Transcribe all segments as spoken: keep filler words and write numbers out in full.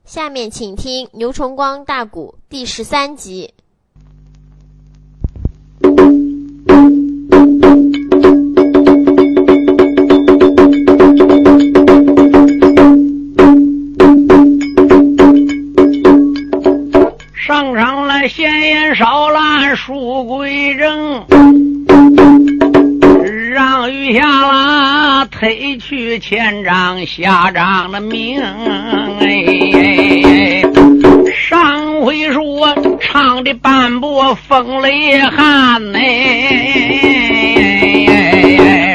下面请听牛崇光大鼓第十三集。 上场来闲言少烂书归正，让余下了推去前章下章的命。哎，上回说唱的半部风雷汉哎，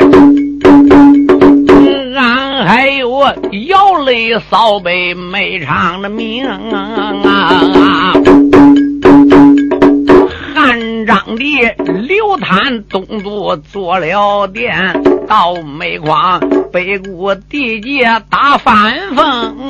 俺还有摇泪扫北没唱的命啊。汉章帝刘谭东渡做了殿，到煤矿北固地界打反风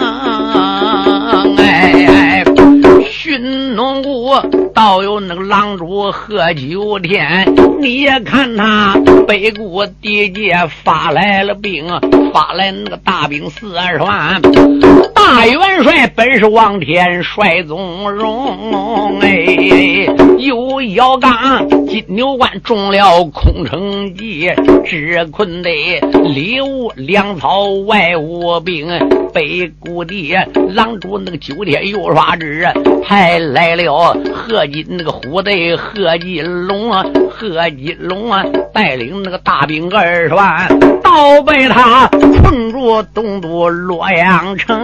哎，训农谷倒有那个狼主喝酒天，你也看他北固地界发来了兵，发来那个大兵四川，大元帅本是王天帅宗荣哎，有姚刚金牛关中了空城计，只困得里无粮草外无兵，北固地狼主那个九天又刷之派来了贺金那个虎队贺金龙啊，贺金龙啊带领那个大兵二十万，倒被他困住东都洛阳城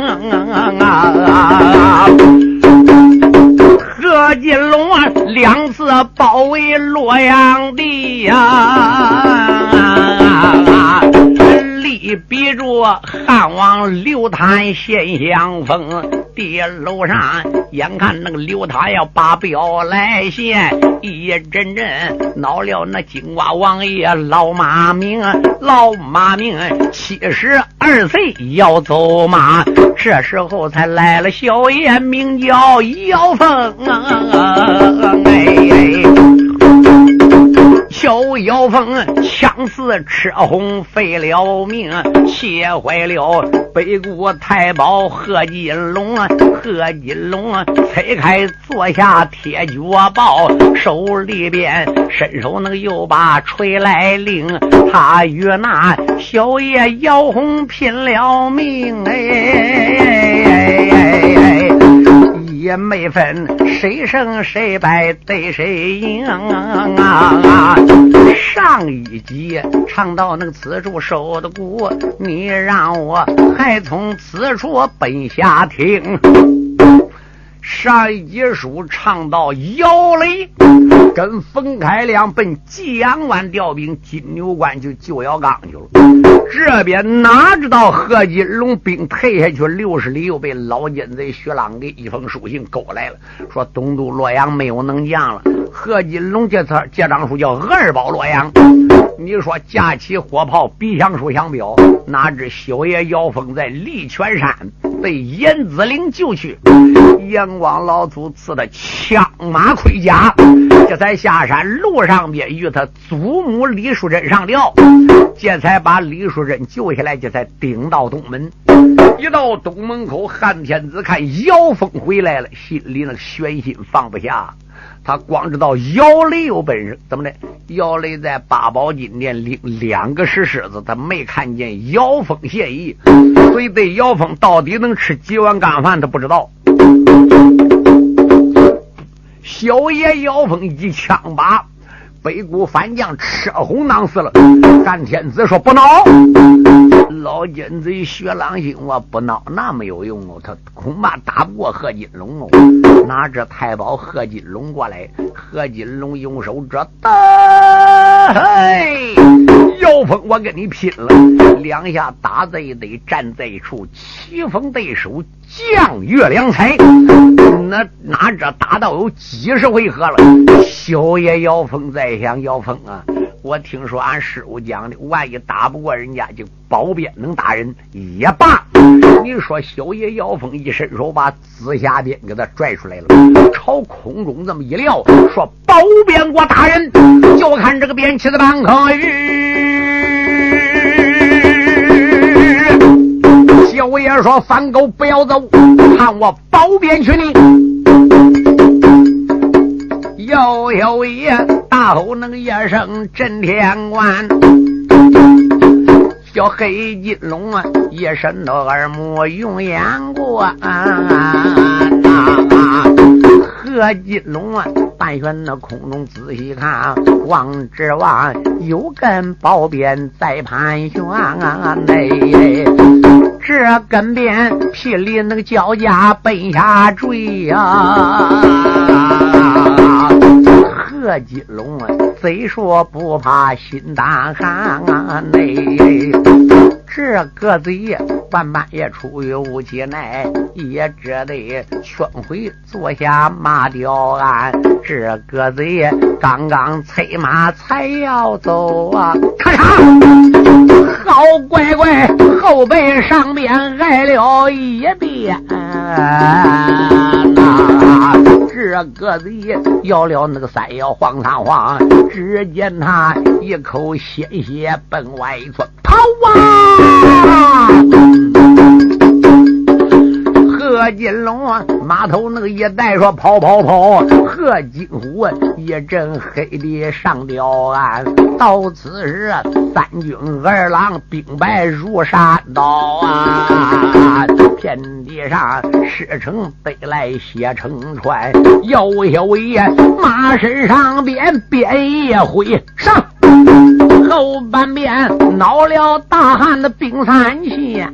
啊。贺金龙啊两次包围洛阳地呀、啊，力逼住汉王刘谭先相逢。地楼上眼看那个刘谭要把表来献，一阵阵恼了那金瓜王爷老马明，老马明七十二岁要走马，这时候才来了小爷名叫姚凤啊，哎，小姚凤枪似赤红废了命，气坏了北固太保贺金龙，贺金龙拆开坐下铁脚抱，手里边伸手那个又把锤来令，他与那小爷姚红拼了命哎哎哎哎，也没分谁胜谁败对谁赢啊。上一集唱到那个此处收的鼓，你让我还从此处奔下听。上一集书唱到姚雷跟冯开亮奔济阳湾调兵，金牛关就救姚刚去了。这边哪知道贺金龙兵退下去六十里，又被老奸贼薛朗给一封书信勾来了，说东都洛阳没有能将了。贺金龙这次这张书叫二保洛阳，你说架起火炮比相书相标，哪知小爷姚峰在利泉山被严子陵救去，阳光老祖赐的枪马盔甲，这才下山路上边与他祖母李淑珍上吊，这才把李淑珍救下来，这才顶到东门。一到东门口，汉天子看姚峰回来了，心里那悬心放不下。他光知道姚雷有本事，怎么的？姚雷在八宝金殿领两个石狮子，他没看见姚峰现役，所以对姚峰到底能吃几碗干饭他不知道。小爷姚峰一枪把北谷反将车红囊死了。干天子说不闹，老奸贼薛朗星我不闹那没有用哦，他恐怕打不过贺金龙哦。拿着太保贺金龙过来，贺金龙用手这的，嘿，姚峰我跟你拼了，两下打在一堆，站在一处，棋逢对手，将月两才。那拿着打到有几十回合了。小爷姚峰在想，姚峰啊，我听说俺师傅讲的，万一打不过人家就保鞭能打人也罢。你说小爷姚峰一伸手把紫霞鞭给他拽出来了，朝空中这么一撂，说保鞭我打人，就看这个鞭起的半口小爷说反狗不要走，看我包边去你。又有爷大吼那个一声震天关，小黑金龙啊一身的耳目用眼过啊啊贺金龙啊半悬那空中仔细看，望之望有根宝鞭在盘旋啊内，这根鞭霹雳那个脚架奔下坠啊。贺金龙啊贼说不怕心大寒啊内，这个贼万般也出于无其内，也只得劝回坐下马吊鞍。这个贼刚刚催马才要走啊，咔嚓，好乖乖后背上面挨了一鞭啊，这个贼要了那个三摇晃三晃，只见他一口鲜血奔外窜，跑啊！贺金龙啊，马头那个一带说跑跑跑，贺金虎啊一阵黑的上吊鞍。到此时三军二郎兵败如山倒啊，遍地上尸成北来血成川，有有爷马身上边鞭一挥上，后半边恼了大汉的兵三千。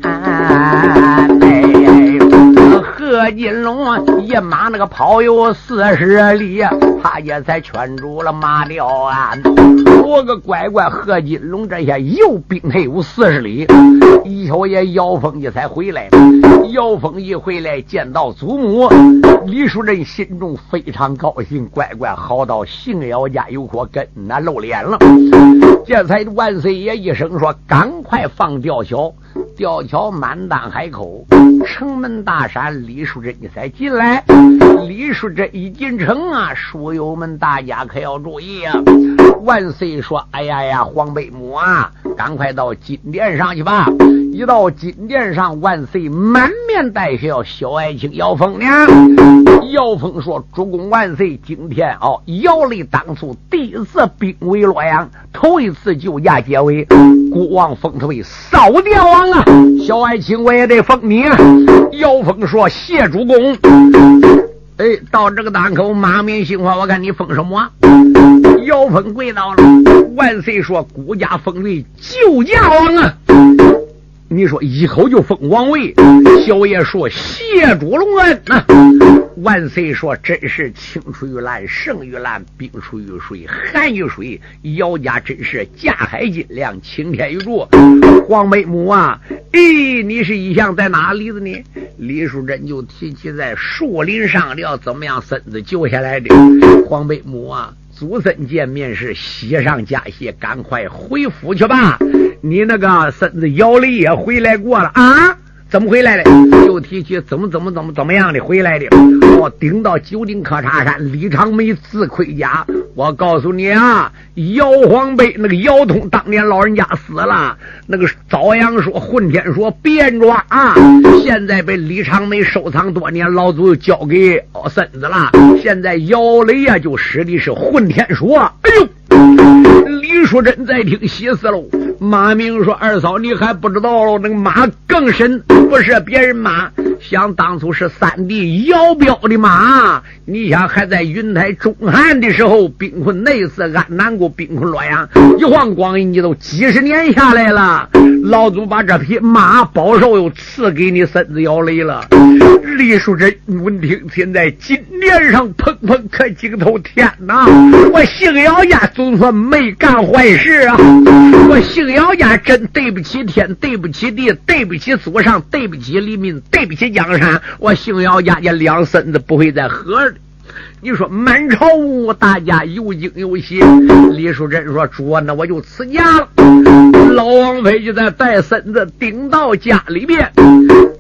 贺金龙啊一马那个跑有四十里，他也才圈住了马吊鞍。我个乖乖，贺金龙这下又兵退有四十里，一小爷姚峰也才回来。姚峰一回来见到祖母，李淑珍心中非常高兴，乖乖好到姓姚家有颗根那露脸了。这才万岁爷一声说赶快放吊桥，吊桥满当海口，城门大山李淑珍你才进来。李淑珍一进城啊，书友们大家可要注意啊。万岁说哎呀呀黄贝母啊，赶快到金殿上去吧。一到金殿上，万岁满面带笑，小爱卿姚峰娘。姚峰说主公万岁，今天哦姚历当初第一次兵围洛阳，头一次救驾结尾，国王封他为扫吊王啊，小爱卿我也得封你啊。姚峰说谢主公。哎，到这个档口马明兴话，我看你封什么啊？姚峰跪倒了。万岁说国家封为救驾王啊，你说以后就封王位。小爷说谢主隆恩啊。万岁说真是青出于蓝胜于蓝，冰出于水寒于水，姚家真是架海金梁擎天玉柱。黄眉母啊，咦，你是一向在哪里的呢？李淑珍就提起在树林上要怎么样身子救下来的。黄眉母啊，祖孙见面是喜上加喜，赶快回府去吧。你那个身子姚历也回来过了啊？怎么回来的？就提起怎么怎么怎么怎么样的回来的。我顶到九鼎科茶山，李长梅自盔甲。我告诉你啊，姚皇贝那个姚通当年老人家死了，那个早阳说混天说变抓啊，现在被李长梅收藏多年，老祖交给哦孙子了。现在姚雷呀、啊、就使的是混天说。哎呦！李淑珍在听喜死喽。马明说二嫂你还不知道喽，那个马更深，不是别人马，想当初是三弟姚彪的马。你想还在云台中汉的时候兵困内四，安南国兵困洛阳，一晃光阴你都几十年下来了，老祖把这匹马保寿又赐给你孙子姚雷了。李淑珍闻听现在金殿上砰砰可惊头天哪，我姓姚家总算没干坏事啊，我姓姚家真对不起天，对不起地，对不起祖上，对不起黎民，对不起江山，我姓姚家这两孙子不会再合。你说满朝屋大家有惊有喜。李淑珍说主啊，那我就辞家了。老王妃就在带孙子顶到家里边，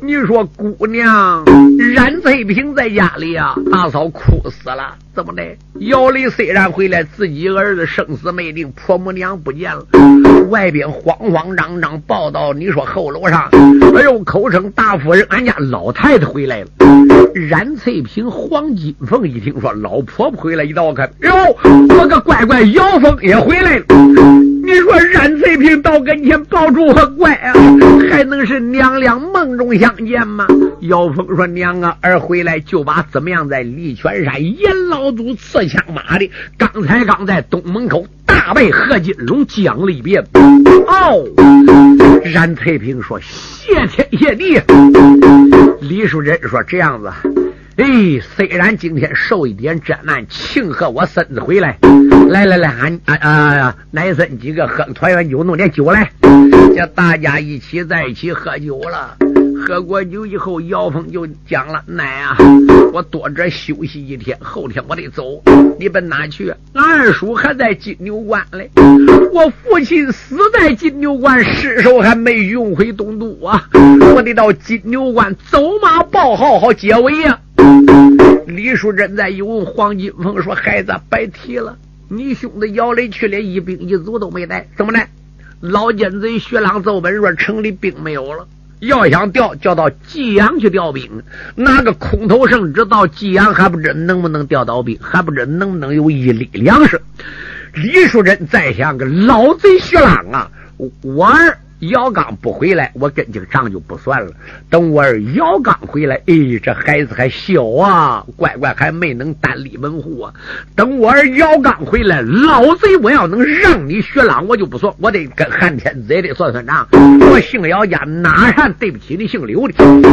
你说姑娘冉翠萍在家里啊，大嫂哭死了，怎么的？姚丽虽然回来，自己儿子生死没定，婆母娘不见了，外边慌慌张张报道，你说后楼上，哎呦，口称大夫人，俺家老太太回来了。冉翠萍、黄金凤一听说老婆婆回来，一到我看，哟，我个乖乖，姚凤也回来了。你说冉翠萍到跟前抱住我乖啊，还能是娘俩梦中相见吗？姚凤说：“娘啊，儿回来就把怎么样在李泉山严老祖刺枪马的，刚才刚在东门口大被贺金龙讲了一遍。”哦，冉翠萍说：“谢天谢地。”李淑珍说：“这样子。”哎，虽然今天受一点折难，庆贺我孙子回来。来来来，俺啊啊奶孙几个喝团圆酒，弄点酒来，叫大家一起在一起喝酒了。喝过酒以后，姚峰就讲了：“奶啊，我多这休息一天，后天我得走。你奔哪去？俺二叔还在金牛关嘞。我父亲死在金牛关，尸首还没运回东都啊！我得到金牛关走马报号，好解围呀。”李淑珍在一问黄金凤说：“孩子，别提了，你兄弟姚雷去了一兵一卒都没带，怎么的？老奸贼薛朗奏本说城里兵没有了，要想调，叫到济阳去调兵。那个空头圣旨到济阳，还不知能不能调到兵，还不知能不能有一粒粮食。”李淑珍再想个老贼薛朗啊，我儿姚刚不回来，我跟这个账就不算了。等我儿姚刚回来，哎，这孩子还小啊，乖乖还没能单立门户啊。等我儿姚刚回来，老贼我要能让你薛朗，我就不算，我得跟汉天子也得算算账。我姓姚家哪还对不起你姓刘的？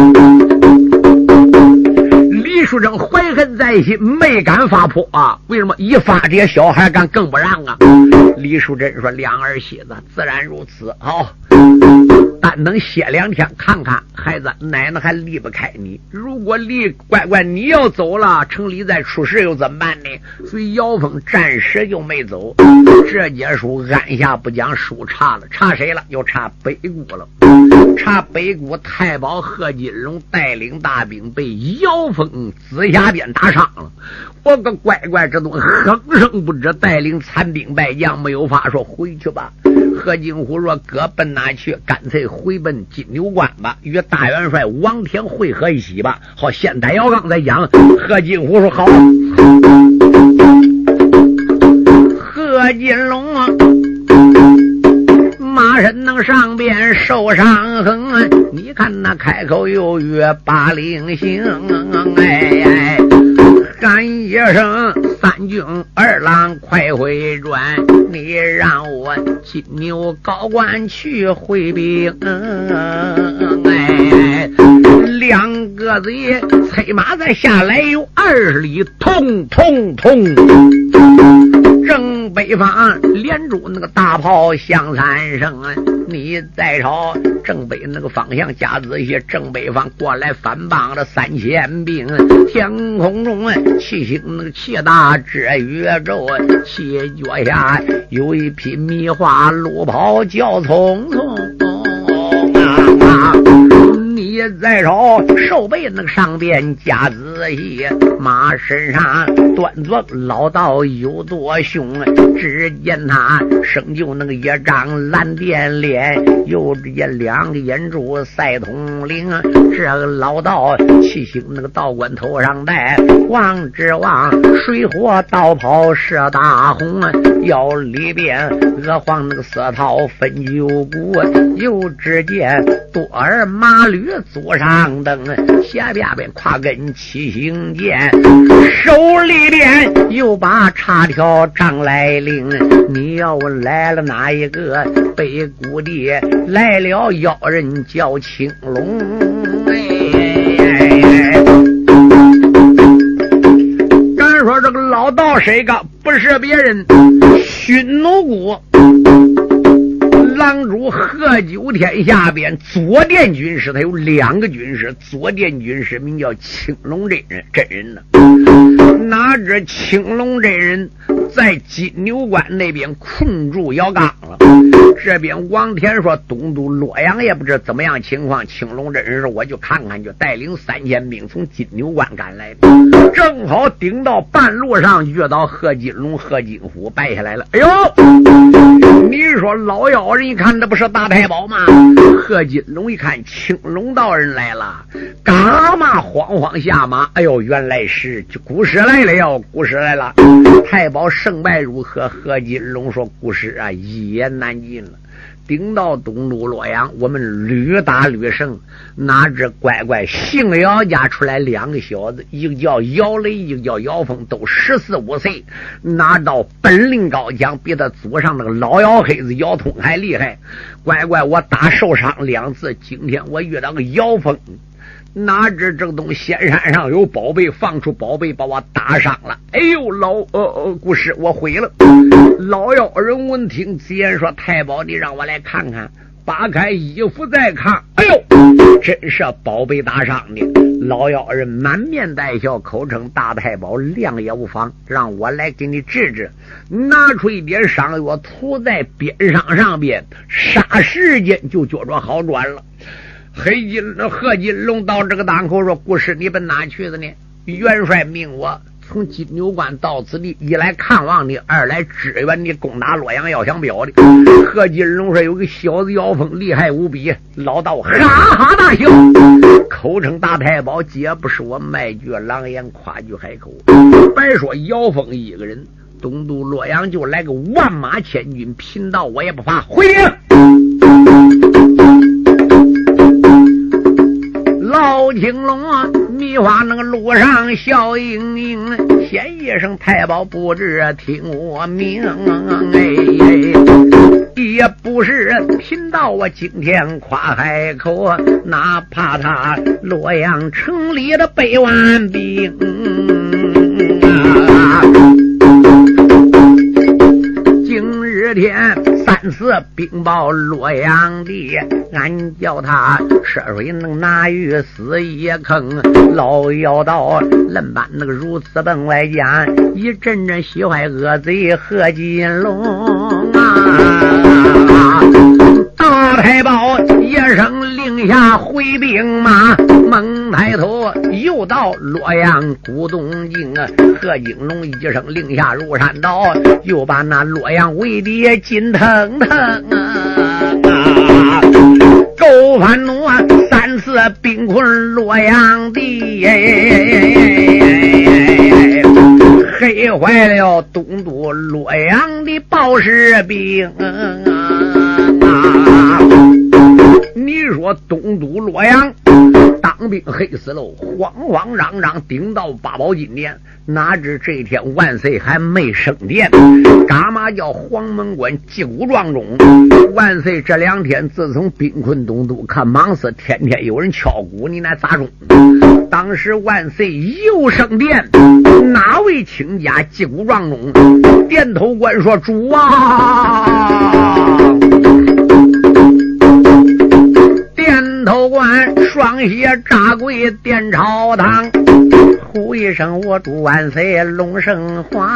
李淑珍怀恨在心，没敢发泼啊！为什么一发这些小孩敢更不让啊？李淑珍说：“两儿媳子自然如此，好，但能歇两天看看。孩子，奶奶还离不开你。如果离乖乖你要走了，城里再出事又怎么办呢？”所以姚峰暂时就没走。这节书按下不讲，书差了，差谁了？又差北谷了。差北谷太保贺金龙带领大兵被姚峰紫霞鞭打伤了。我个乖乖，这都哼声不止，带领残兵败将没有法说回去吧。贺金虎说：“哥奔哪去？干脆回奔金牛关吧，与大元帅王天会合一起吧。好，现在姚刚再讲。”贺金虎说：“好。”贺金龙啊，马身能上边受伤痕，你看那开口又曰八令行，哎哎，喊一声三军二郎快回转，你让我金牛高官去回兵，哎，两个子也催马再下来有二十里，通通通。正北方连住那个大炮响三声，你再朝正北那个方向加仔细，正北方过来反帮了三千兵，天空中气星那个气大遮宇宙，气脚下有一匹迷花路跑叫匆匆啊！你再朝手背那个上边加仔细，马身上端坐老道有多凶，只见他生就那个一张蓝靛脸，又只见两个眼珠赛铜铃，这个老道气星那个道冠头上戴，望之望水火道袍射大红，腰里边鹅黄那个色套分九股，又只见多儿马驴坐上蹬，下边边挎根七星剑，手里边又把插条杖来领。你要问来了哪一个？北谷地来了妖人叫青龙，哎，敢说这个老道谁个？不是别人，熏奴谷狼主贺九天下边左殿军师，他有两个军师，左殿军师名叫青龙真人真人呢。哪知青龙真人在金牛关那边困住姚刚了， 这边王田说东都洛阳也不知怎么样情况，青龙真是我就看看，就带领三千兵从金牛关赶来，正好顶到半路上遇到贺金龙贺金虎败下来了。哎呦，你说老妖人一看这不是大太保吗？贺金龙一看青龙道人来了，干嘛慌慌下马？哎呦，原来是古师来了哟，古师来了。太保胜败如何？贺金龙说古师啊，一言难尽了。顶到东都洛阳，我们屡打屡胜，哪知乖乖姓姚家出来两个小子，一个叫姚雷，一个叫姚峰，都十四五岁，拿到本领高强，比他祖上那个老姚黑子姚通还厉害。乖乖我打受伤两次，今天我遇到个姚峰，哪知这东仙山上有宝贝，放出宝贝把我打伤了。哎呦，老呃呃，故事我毁了。老妖人闻听此言说：“太保，你让我来看看。”扒开衣服再看，哎呦，真是宝贝打伤的。老妖人满面带笑，口称大太保量也无妨，让我来给你治治。拿出一点伤药涂在边上上边，霎时间就觉着好转了。黑金贺金龙到这个档口说：“故事你奔哪去的呢？元帅命我从金牛关到此地，一来看望你，二来支援你攻打洛阳要想表的。”贺金龙说：“有个小子妖风厉害无比。”老道哈哈大笑，口称大太保，皆不是我卖句狼言夸句海口。白说妖风一个人，东都洛阳就来个万马千军，贫道我也不怕。回禀老青龙啊，迷花那个路上笑盈盈，先一声太保不知听我名，哎，也不是贫道我今天夸海口，哪怕他洛阳城里的百万兵啊，今日天三次禀报洛阳地，俺叫他涉水能拿鱼死一坑。老妖道愣把那个如此本外讲，一阵阵喜坏恶贼贺金龙啊！大太保一声令下回兵马，猛抬头又到洛阳古东京啊！贺金龙一声令下入山道，又把那洛阳围敌金腾腾啊！够反怒啊！三次兵困洛阳地，黑坏了东都洛阳的报士兵啊！你说东都洛阳当兵黑死喽，慌慌张张顶到八宝金殿，哪知这一天万岁还没升殿，干嘛叫黄门关击鼓撞钟？万岁这两天自从兵困东都，看忙死天天有人敲鼓，你那砸钟。当时万岁又升殿，哪位卿家击鼓撞钟？殿头官说：“主啊！”殿头官双膝扎跪殿朝堂，呼一声：“我祝万岁龙生皇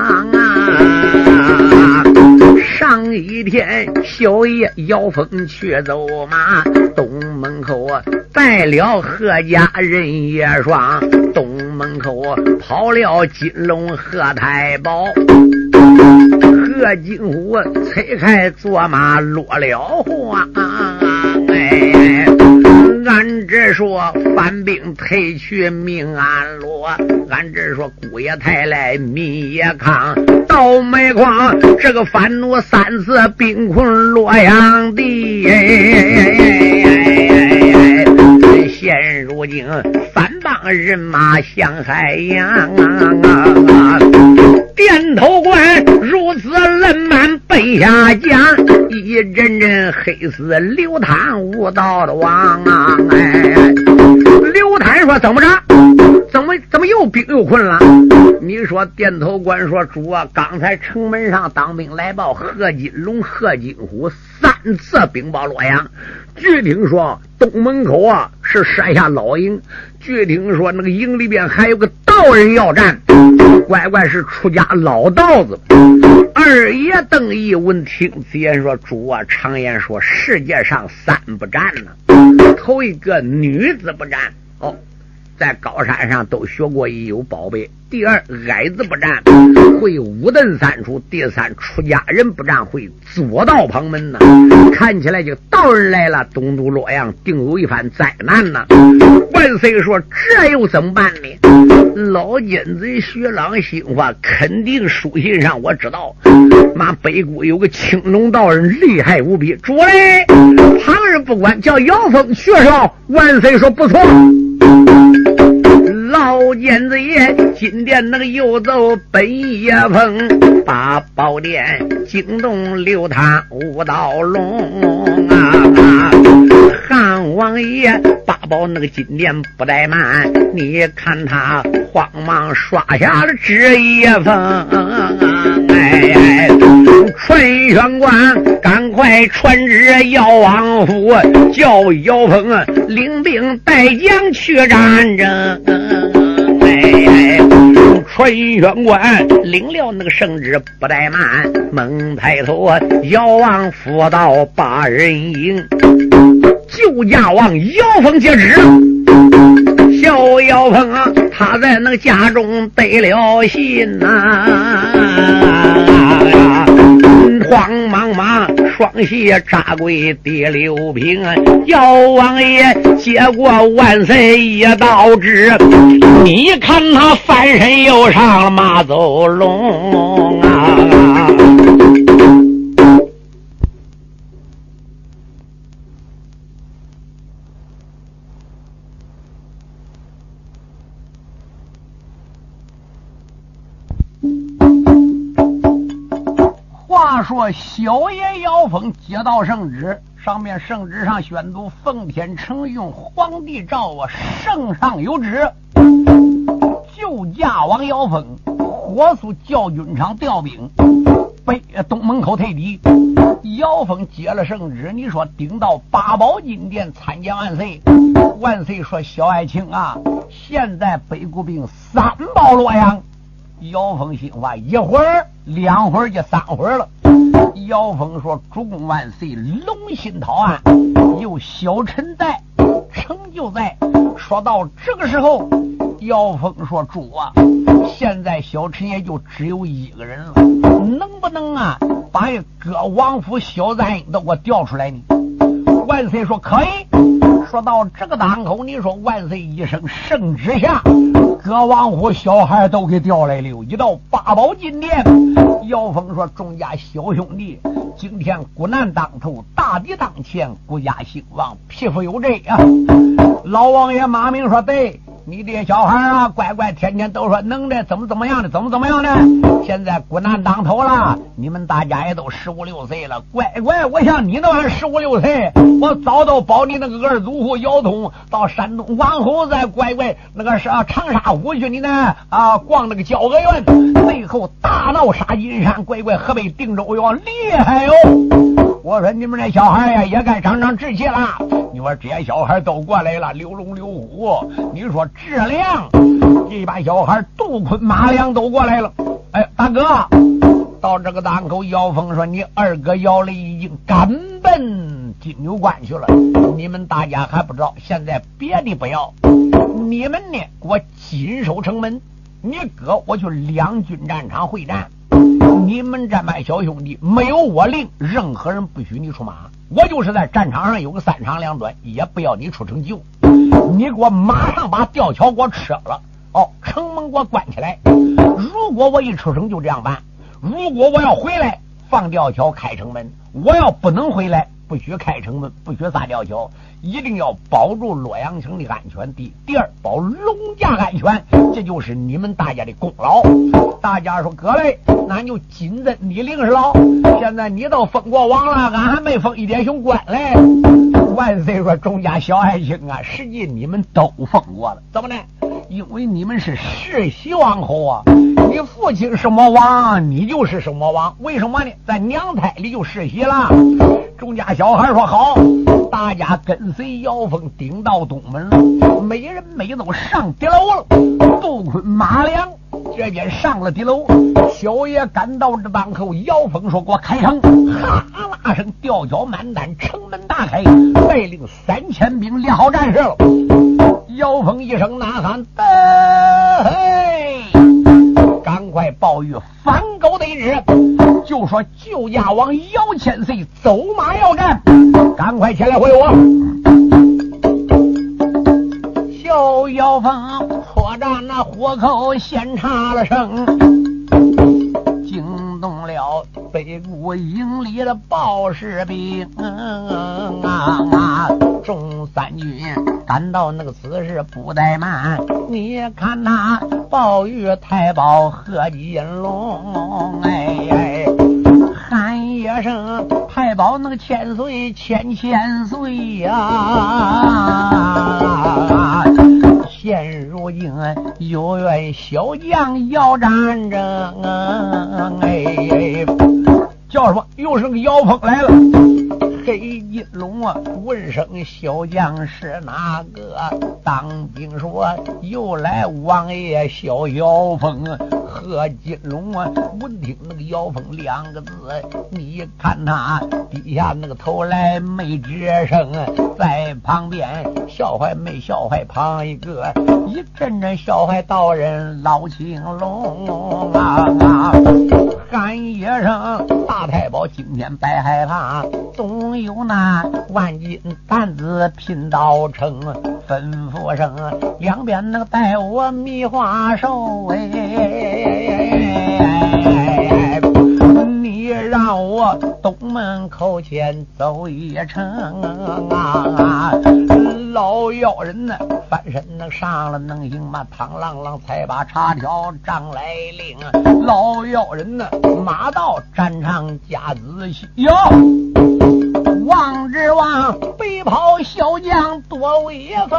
啊！”上一天小爷摇风去走马，东门口拜了贺家人也双，东门口跑了金龙贺太保，贺金虎催开坐马落了花。哎，俺这说反兵退去命安落，俺这说姑爷太来民也康，倒霉狂这个反怒三次兵困洛阳地，现如今三帮人马向海洋啊！殿头官如此冷慢奔下江，一阵阵黑丝流淌无道的王啊！哎，刘坦说：“怎么着？怎么怎么又兵又困了？”你说殿头官说：“主啊，刚才城门上当兵来报，贺金龙、贺金虎三次禀报洛阳。据听说东门口啊是设下老营，据听说那个营里边还有个道人要战，乖乖是出家老道子。 二爷邓义闻听此言说：“主啊，常言说世界上三不战呢、啊，头一个女子不战哦，在高山上都学过一有宝贝。第二，矮子不战，会五蹬三出；第三，出家人不战，会左道旁门呢、啊。看起来就道人来了，东都洛阳定有一番灾难呢、啊。万岁说：这又怎么办呢？老奸贼薛朗心话肯定书信上我知道，妈北谷有个青龙道人厉害无比。主嘞，旁人不管，叫姚峰去上。万岁说：不错。老奸贼爷金殿那个游走本夜风，把宝殿惊动留他五道龙啊！汉王爷八宝那个金殿不怠慢，你看他慌忙刷下了纸一封。哎，传宣官赶快传旨姚王府，叫姚峰领兵带将去战争。哎，传宣官领了那个圣旨不怠慢，猛抬头姚王府到八人营，救驾王姚峰接旨。小姚峰啊，他在那个家中得了信呐、啊，慌忙忙双膝扎跪第六平，姚王爷接过万岁一道旨，你看他翻身又上了马走龙啊！话说小爷姚峰接到圣旨，上面圣旨上宣读奉天承运，皇帝诏我圣上有旨，救驾王姚峰火速教军场调兵，北东门口退敌。姚峰接了圣旨，你说顶到八宝金殿参见万岁。万岁说：小爱卿啊，现在北固兵三保洛阳。姚峰心话，一会儿两会儿就三会儿了。姚峰说：主公万岁，龙心讨案，有小臣在，成就在。说到这个时候，姚峰说：主啊，现在小臣也就只有一个人了，能不能啊把各王府小赞都给我调出来呢？万岁说：可以。说到这个档口，你说万岁一声圣旨下，各王府小孩都给调来了，一到八宝金殿。姚峰说：众家小兄弟，今天国难当头，大敌当前，国家兴亡，匹夫有罪啊！老王爷马明说：对，你这小孩啊，乖乖天天都说能的，怎么怎么样的，怎么怎么样的。现在国难当头了，你们大家也都十五六岁了，乖乖，我像你那玩意十五六岁，我早都保你那个二祖父姚通到山东王侯，再乖乖那个是啊长沙湖去，你呢啊逛那个郊阁园，最后大闹沙金山，乖乖河北定州哟，厉害哟！我说你们这小孩呀，也该长长志气了。你说这些小孩都过来了，刘龙、刘虎，你说质量，这把小孩杜坤、马良都过来了。哎，大哥，到这个档口，姚峰说：你二哥姚雷已经赶奔金牛关去了。你们大家还不知道，现在别的不要，你们呢，我紧守城门。你哥我去两军战场会战，你们这帮小兄弟没有我令，任何人不许你出马。我就是在战场上有个三长两短，也不要你出成就。你给我马上把吊桥给我吃了，哦，城门给我关起来。如果我一出城就这样办，如果我要回来放吊桥开城门，我要不能回来不许开城门，不许撒吊桥，一定要保住洛阳城的安全。第第二，保龙家安全，这就是你们大家的功劳。大家说各位，那就紧着你领是喽。现在你都封国王了，俺还没封一点兄官嘞。万岁说：众家小爱卿啊，实际你们都封过了，怎么呢？因为你们是世袭王侯啊，你父亲什么王，你就是什么王。为什么呢？在娘胎里就世袭了。众家小孩说好，大家跟随姚峰顶到东门了，每人每都上顶楼了。杜坤、马良这边上了敌楼，小爷赶到这当口，姚峰说：“给我开城！”哈啦声，吊脚满弹，城门大开，带领三千兵列好战士了。姚峰一声呐喊：“对！”赶快报与反狗得知，就说救驾王姚千岁走马要战，赶快前来回我。小姚峰破绽那火口先插了声，惊动了北固营里的报士兵啊！众三军赶到那个此事不怠慢，你看那宝玉太保贺金龙，哎哎，喊一声太保那个千岁千千岁呀、啊！现如今有员小将要战争，哎哎，叫什么？又是个妖风来了。黑金龙啊，问声小将是哪个？当兵说又来王爷小妖风。贺金龙啊，闻听那个妖风两个字，你看他低下那个头来没吱声，在旁边笑坏没笑坏旁一个，一阵阵笑坏道人老青龙啊啊！喊一声大太保今天别害怕，总有那万金担子拼到成，吩咐声两边那个带我迷花手，哎，你让我东门口前走一程啊！老妖人呢，翻身能上了能行吗？唐郎郎才把茶条张来领，老妖人呢，马到战场架子西哟。王之王背跑小将多威风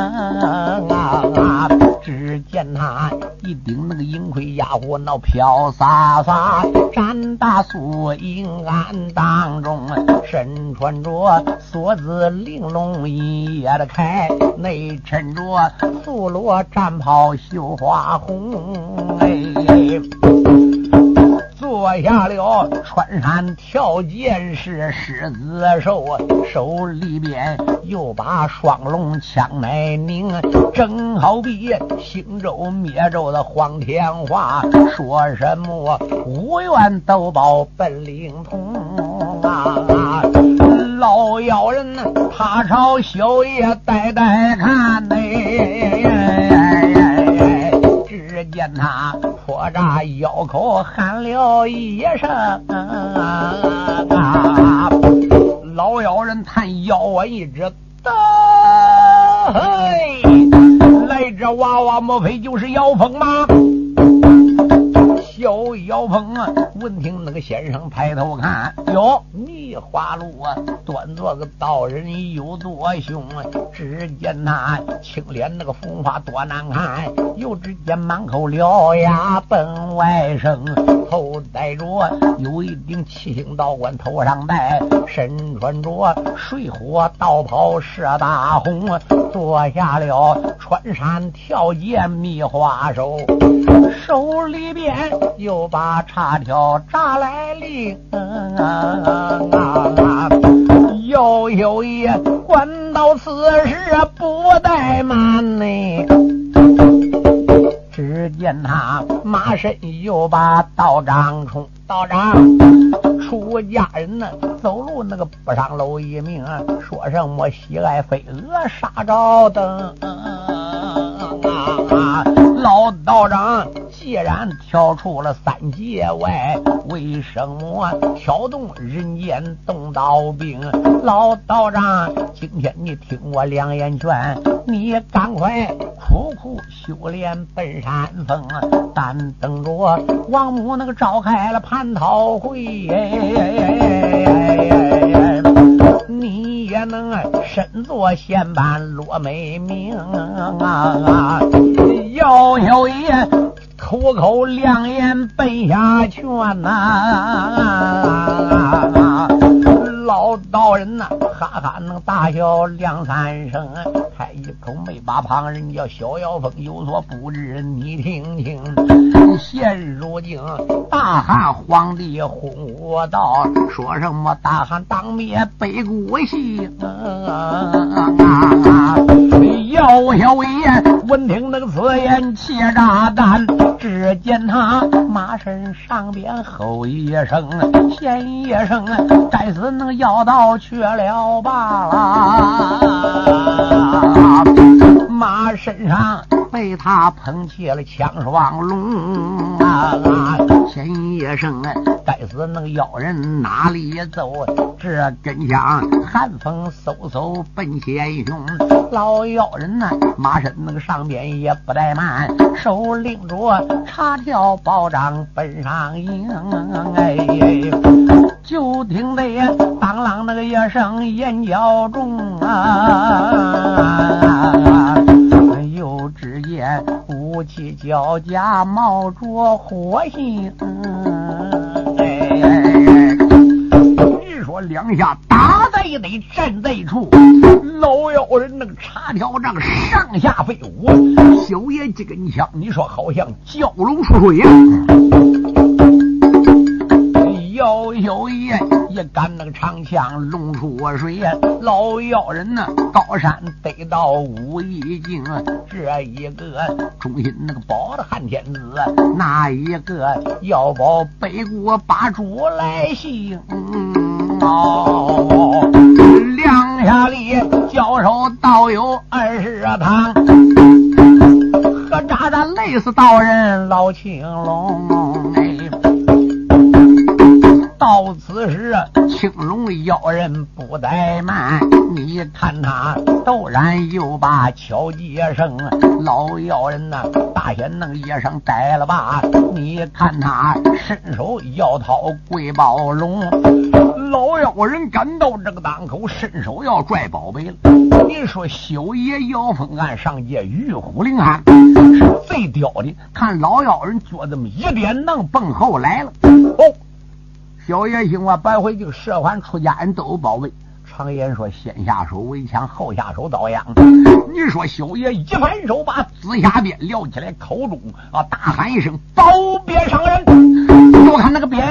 啊！只见他一顶那个银盔压火闹飘洒洒，战大素银鞍当中，身穿着锁子玲珑一夜的开，内衬着素罗战袍绣花红，哎。坐下了穿山跳涧是狮子手，手里边又把双龙枪来拧，正好比兴周灭周的黄天化，说什么五元斗宝本领通啊！老妖人他朝小爷呆呆看呢，只见他破绽腰口喊了一声啊！老妖人探腰弯一指，得来这娃娃莫非就是妖风吗？小妖风啊，闻听那个先生抬头看，哟，迷花路啊，端坐个道人有多凶啊！只见他青脸那个风华多难看，又只见满口獠牙奔外生，头戴着有一顶七星道冠头上戴，身穿着水火道袍射大红，坐下了穿山跳涧迷花手，手里边又把茶条扎来领啊！又有一官到此时不怠慢呢，只见他马身又把道长冲，道长出家人呢，走路那个不上楼一命，说什么喜爱飞蛾杀照灯啊！老道长既然跳出了三界外，为什么挑动人间动刀兵？老道长今天你听我两言劝，你赶快苦苦修炼奔山峰，但等着王母那个召开了蟠桃会，你也能身作仙般落美名啊！要有一口口良言奔下劝呐、啊！老道人呐、啊，哈哈能大笑两三声， 开一口没把旁人叫小妖风有所不知，你听听，现如今大汉皇帝轰我道，说什么大汉当灭北国姓啊！姚小爷闻听那个此言气炸弹，只见他马身上边吼一声，先一声，该死那个妖道去了罢了。马身上被他捧起了枪双龙啊！先一声，该死那个妖人哪里走？这根枪寒风嗖嗖奔前胸，老妖人呢，马身那个上边也不怠慢，手拎着插条宝杖奔上迎。哎，就听得当啷那个一声眼角中啊，又只见武器交加冒着火星。哎，你说两下打在一得站在一处，老妖人那个插条杖上下飞舞，小爷这根枪你说好像蛟龙出水呀。姚小爷一杆那个长枪龙出水，老妖人呢高山得到武艺境，这一个忠心那个保的汉天子，那一个要保北国八主来行。哦，两下里交手倒有二十趟，何渣渣累死道人老青龙。哎，到此时青龙妖人不怠慢，你看他陡然又把敲击声，老妖人呐大显那个一声呆了吧，你看他伸手要掏贵宝龙，老妖人赶到这个档口伸手要拽宝贝了。你说修爷姚凤案上界玉虎灵汉是最屌的，看老妖人脚这么一点能蹦后来了。哦，小爷行啊，白回就射还出家人都有宝贝。常言说先下手为强，后下手遭殃。你说小爷一反手把紫霞鞭撂起来，口中啊大喊一声宝鞭上人，就看那个鞭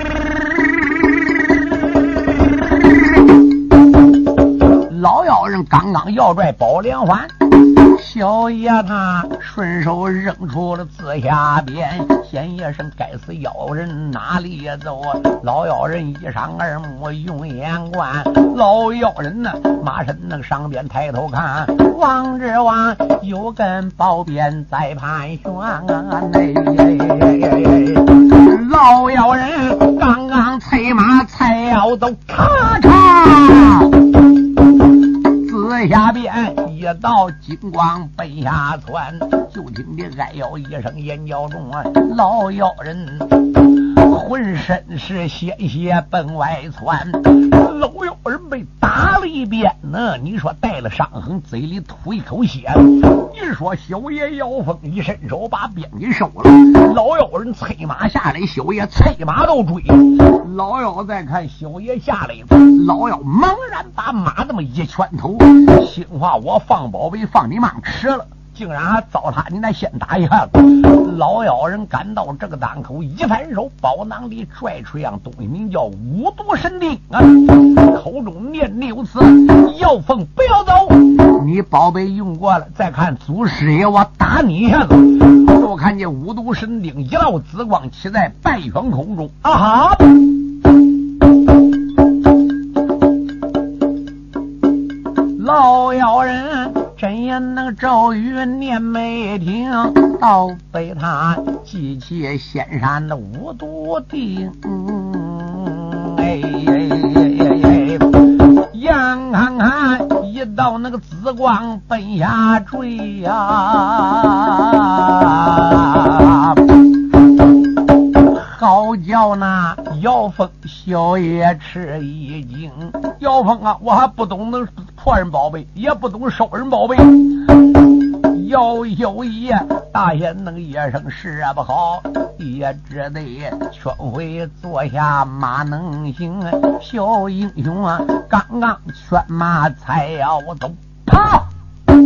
老妖人刚刚要拽宝连环，小爷他顺手扔出了紫霞鞭，先一声该死妖人哪里也走，老妖人一上二目用眼观，老妖人呢马身那个上边抬头看，望之望有根宝鞭在盘旋啊！老妖人刚刚催马才要走，咔嚓紫霞鞭一道金光奔下窜，就听得哎呦一声眼角中啊，老妖人浑身是鲜血奔外窜，老妖人被打了一鞭呢，你说带了伤痕，嘴里吐一口血，你说小爷姚凤一伸手把鞭给收了，老妖人催马下来，小爷催马都追，老妖再看小爷下来，老妖猛然把马这么一拳头，心话我放宝贝放你妈吃了，竟然还糟蹋你那先打一下子。老妖人赶到这个档口，一反手宝囊里拽出样东西，名叫五毒神钉啊，口中念六次妖凤不要走，你宝贝用过了，再看祖师爷我打你一下子。就看见五毒神钉一道紫光起在半圆空中啊哈，老妖人真也能咒语念没听，倒被他记起仙山的五毒钉。哎哎哎哎，眼看看一道那个紫光奔下坠呀、啊，好叫那姚凤小爷吃一惊。姚凤啊，我还不懂得破人宝贝，也不懂收人宝贝。姚小爷大爷那个一声是不好，也只得劝回坐下马能行。小英雄啊，刚刚劝马才要走，跑！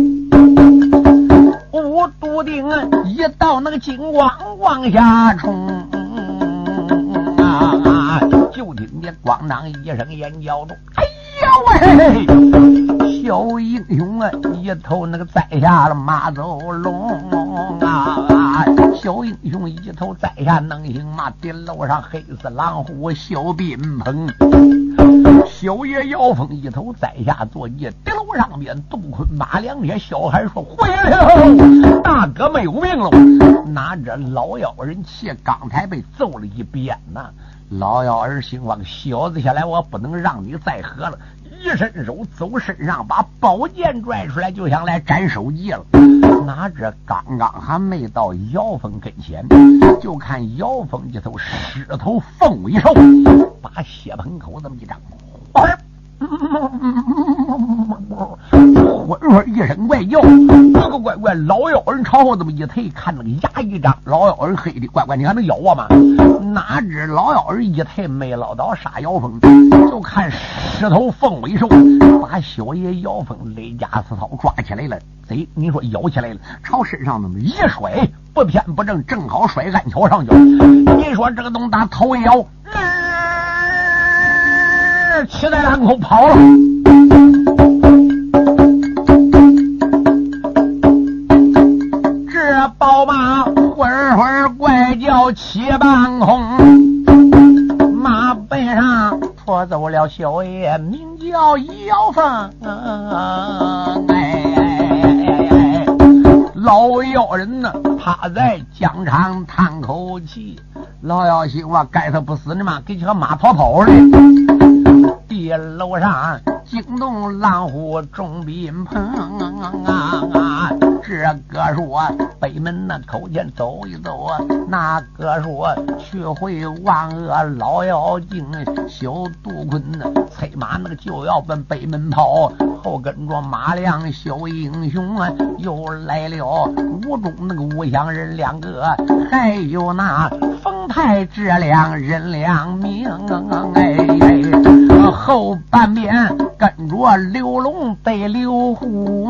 无笃定，一到那个金光往下冲啊！就听见咣当一声眼叫中，哎呀喂！小英雄啊，一头那个栽下了马走龙啊！小英雄一头栽下能行马，顶楼上黑色狼虎小宾鹏。小爷姚峰一头栽下坐骑，顶楼上边杜坤马两铁。小孩说回来了，大哥没有命了。拿着老妖人气，刚才被揍了一鞭呐。老妖儿心慌，小子下来，我不能让你再喝了。一伸手走身上，把宝剑拽出来，就想来斩首级了。拿着刚刚还没到姚峰跟前，就看姚峰这头狮头凤尾兽，把血盆口这么一张，哎混混一声怪叫，这个乖乖老妖人朝后这么一推，看那个牙一张，老妖人黑的乖乖，你还能咬我吗？哪知老妖人一推没捞到杀妖风，就看狮头凤尾兽把小爷妖风雷家刺草抓起来了，贼你说咬起来了，朝身上那么一甩，不偏不正，正好甩干桥上去。你说这个东打头一摇，气在两口跑了。这宝马混混怪叫七半空，马背上拖走了小爷名叫姚峰。哎，老妖人呢趴在疆场叹口气，老妖心话该他不死呢嘛，给这个马跑跑的。地楼上惊动狼虎众宾朋啊！这个说北门那口前走一走啊，那个说去会万恶老妖精，小杜坤呢催马那个就要奔北门跑，后跟着马良小英雄啊，又来了吴中那个吴乡人两个，还有那丰泰质量人两名哎哎，后半边跟着刘龙得刘虎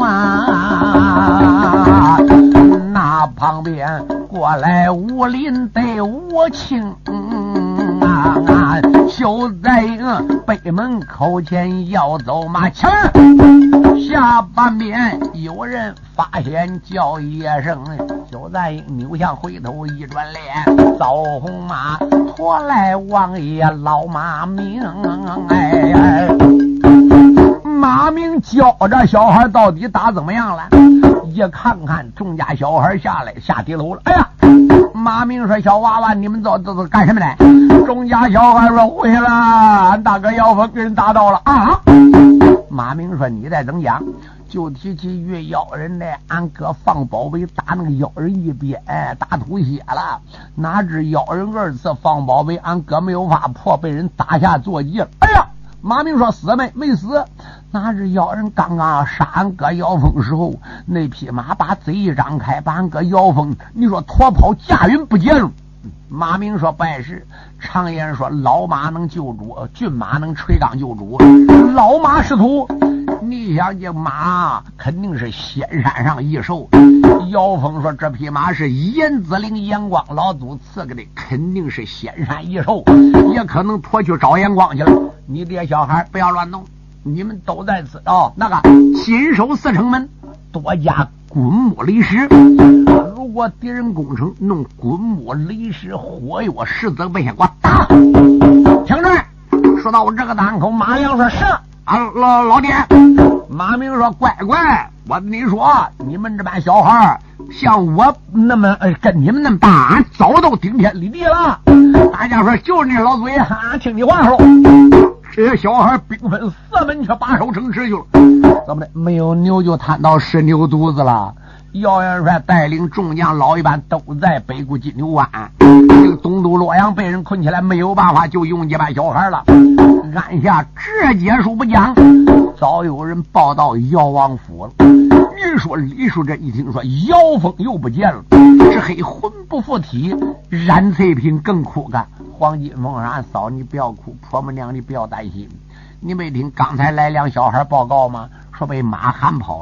啊，那旁边过来武林得武清啊，就在北门口前要走马前，下半边有人发现叫一声，就在扭向回头一转脸，枣红马驮来王爷老马名哎哎，马明教着小孩到底打怎么样了？一看看众家小孩下来下地楼了，哎呀！马明说：“小娃娃，你们都都都干什么来？”众家小孩说：“回了，俺大哥姚峰给人打到了啊！”马明说：“你再等讲。”就提起越妖人来，俺哥放宝贝打那个妖人一鞭，打吐血了。哪知妖人二次放宝贝，俺哥没有法破，被人打下坐骑了。哎呀！马明说死没没死，哪知妖人刚刚杀俺哥姚峰时候，那匹马把嘴一张开，把俺哥姚峰你说脱跑驾云不见了。马明说不碍事，常言说老马能救主，骏马能垂纲救主，老马识途。你想这马肯定是仙山上异兽，姚峰说这匹马是严子陵阳光老祖赐给的，肯定是仙山异兽，也可能脱去找阳光去了。你这些小孩不要乱动，你们都在此哦，那个紧守四城门，多加滚木雷石。如果敌人攻城，弄滚木雷石火药十字背线给我打。听着，说到这个档口，马良说是啊，老老爹。马明说乖乖，我跟你说，你们这帮小孩像我那么、呃、跟你们那么大，早都顶天立地了。大家说就是那老嘴哈，听你话说。这些小孩兵分四门去把守城池去了，怎么的？没有牛就摊到是牛犊子了。姚元帅带领众将老一班都在北固金牛湾，这个东都洛阳被人困起来，没有办法，就用这帮小孩了。按下这结束不讲，早有人报到姚王府了。你说李叔这一听说姚峰又不见了，这黑魂不附体，染翠萍更哭干。黄金凤俺嫂你不要哭，婆母娘你不要担心。你没听刚才来两小孩报告吗？说被马喊跑的。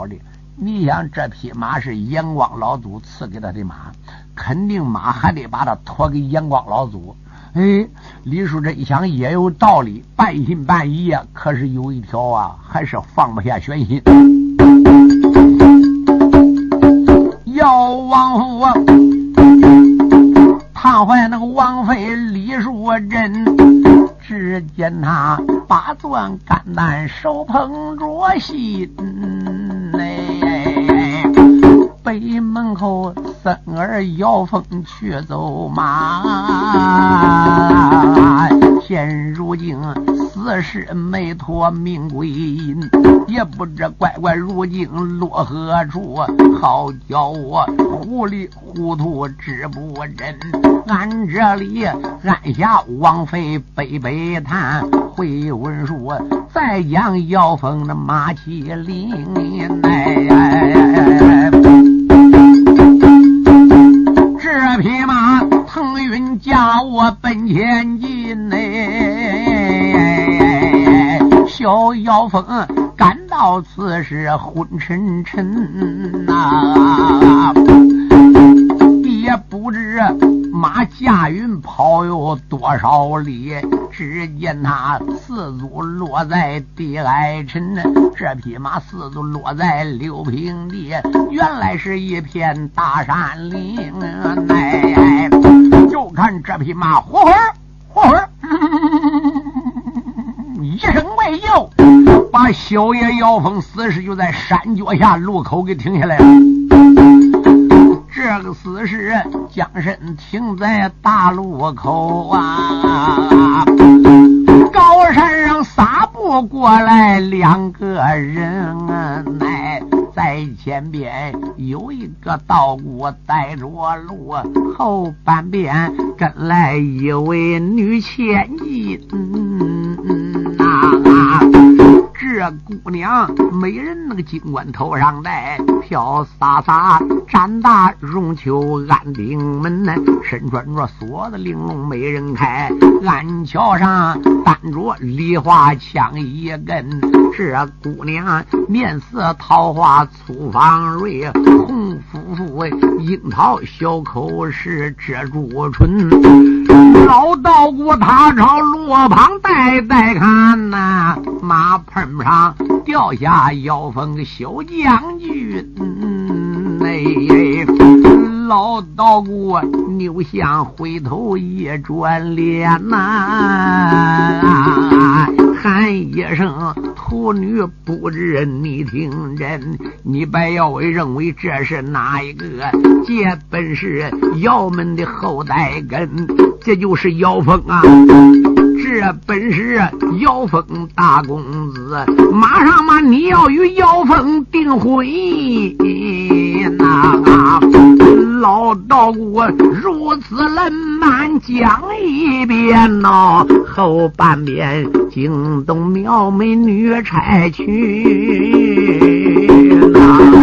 你想这匹马是阳光老祖赐给他的马，肯定马还得把他托给阳光老祖。哎，李叔这一想也有道理，半信半疑啊。可是有一条啊，还是放不下悬心。要王府啊，探怀那个王妃李淑珍，只见他把钻肝胆手捧着心，哎，北门口僧儿摇风去走马，现如今死尸没脱命归阴，也不知乖乖如今落何处，好叫我糊里糊涂知不真。俺这里按下王妃背背谈，回文书再讲姚峰的马麒麟，哎哎哎，这匹马腾云驾我奔前进，哎，小姚峰感到此时昏沉沉啊，也不知马驾云跑有多少里，只见他四足落在地矮沉，这匹马四足落在六平地，原来是一片大山岭。哎，就看这匹马活活活活一声怪叫，把小爷姚峰死尸就在山脚下路口给停下来了。这个死尸将身停在大路口啊，高山上撒步过来两个人啊，哎，在前边有一个道姑带着路，后半边跟来一位女千金。嗯嗯啊，这姑娘美人那个金冠头上戴，飘洒洒展大绒球安定门，身穿着锁的玲珑美人开，鞍桥上担着梨花枪一根，这姑娘面色桃花粗方蕊，红夫妇樱桃小口是遮住唇，老道姑他朝路旁带带看呐、啊，马棚上掉下腰封小将军，嗯哎，老道姑扭向回头一转脸呐、啊，喊一声徒女不知你听真，你不要认为这是哪一个，这本是姚门的后代根，这就是姚峰啊，这本是姚峰大公子，马上嘛你要与姚峰订婚啊，老道姑如此冷慢讲一遍喏，后半边惊动苗美女差去了。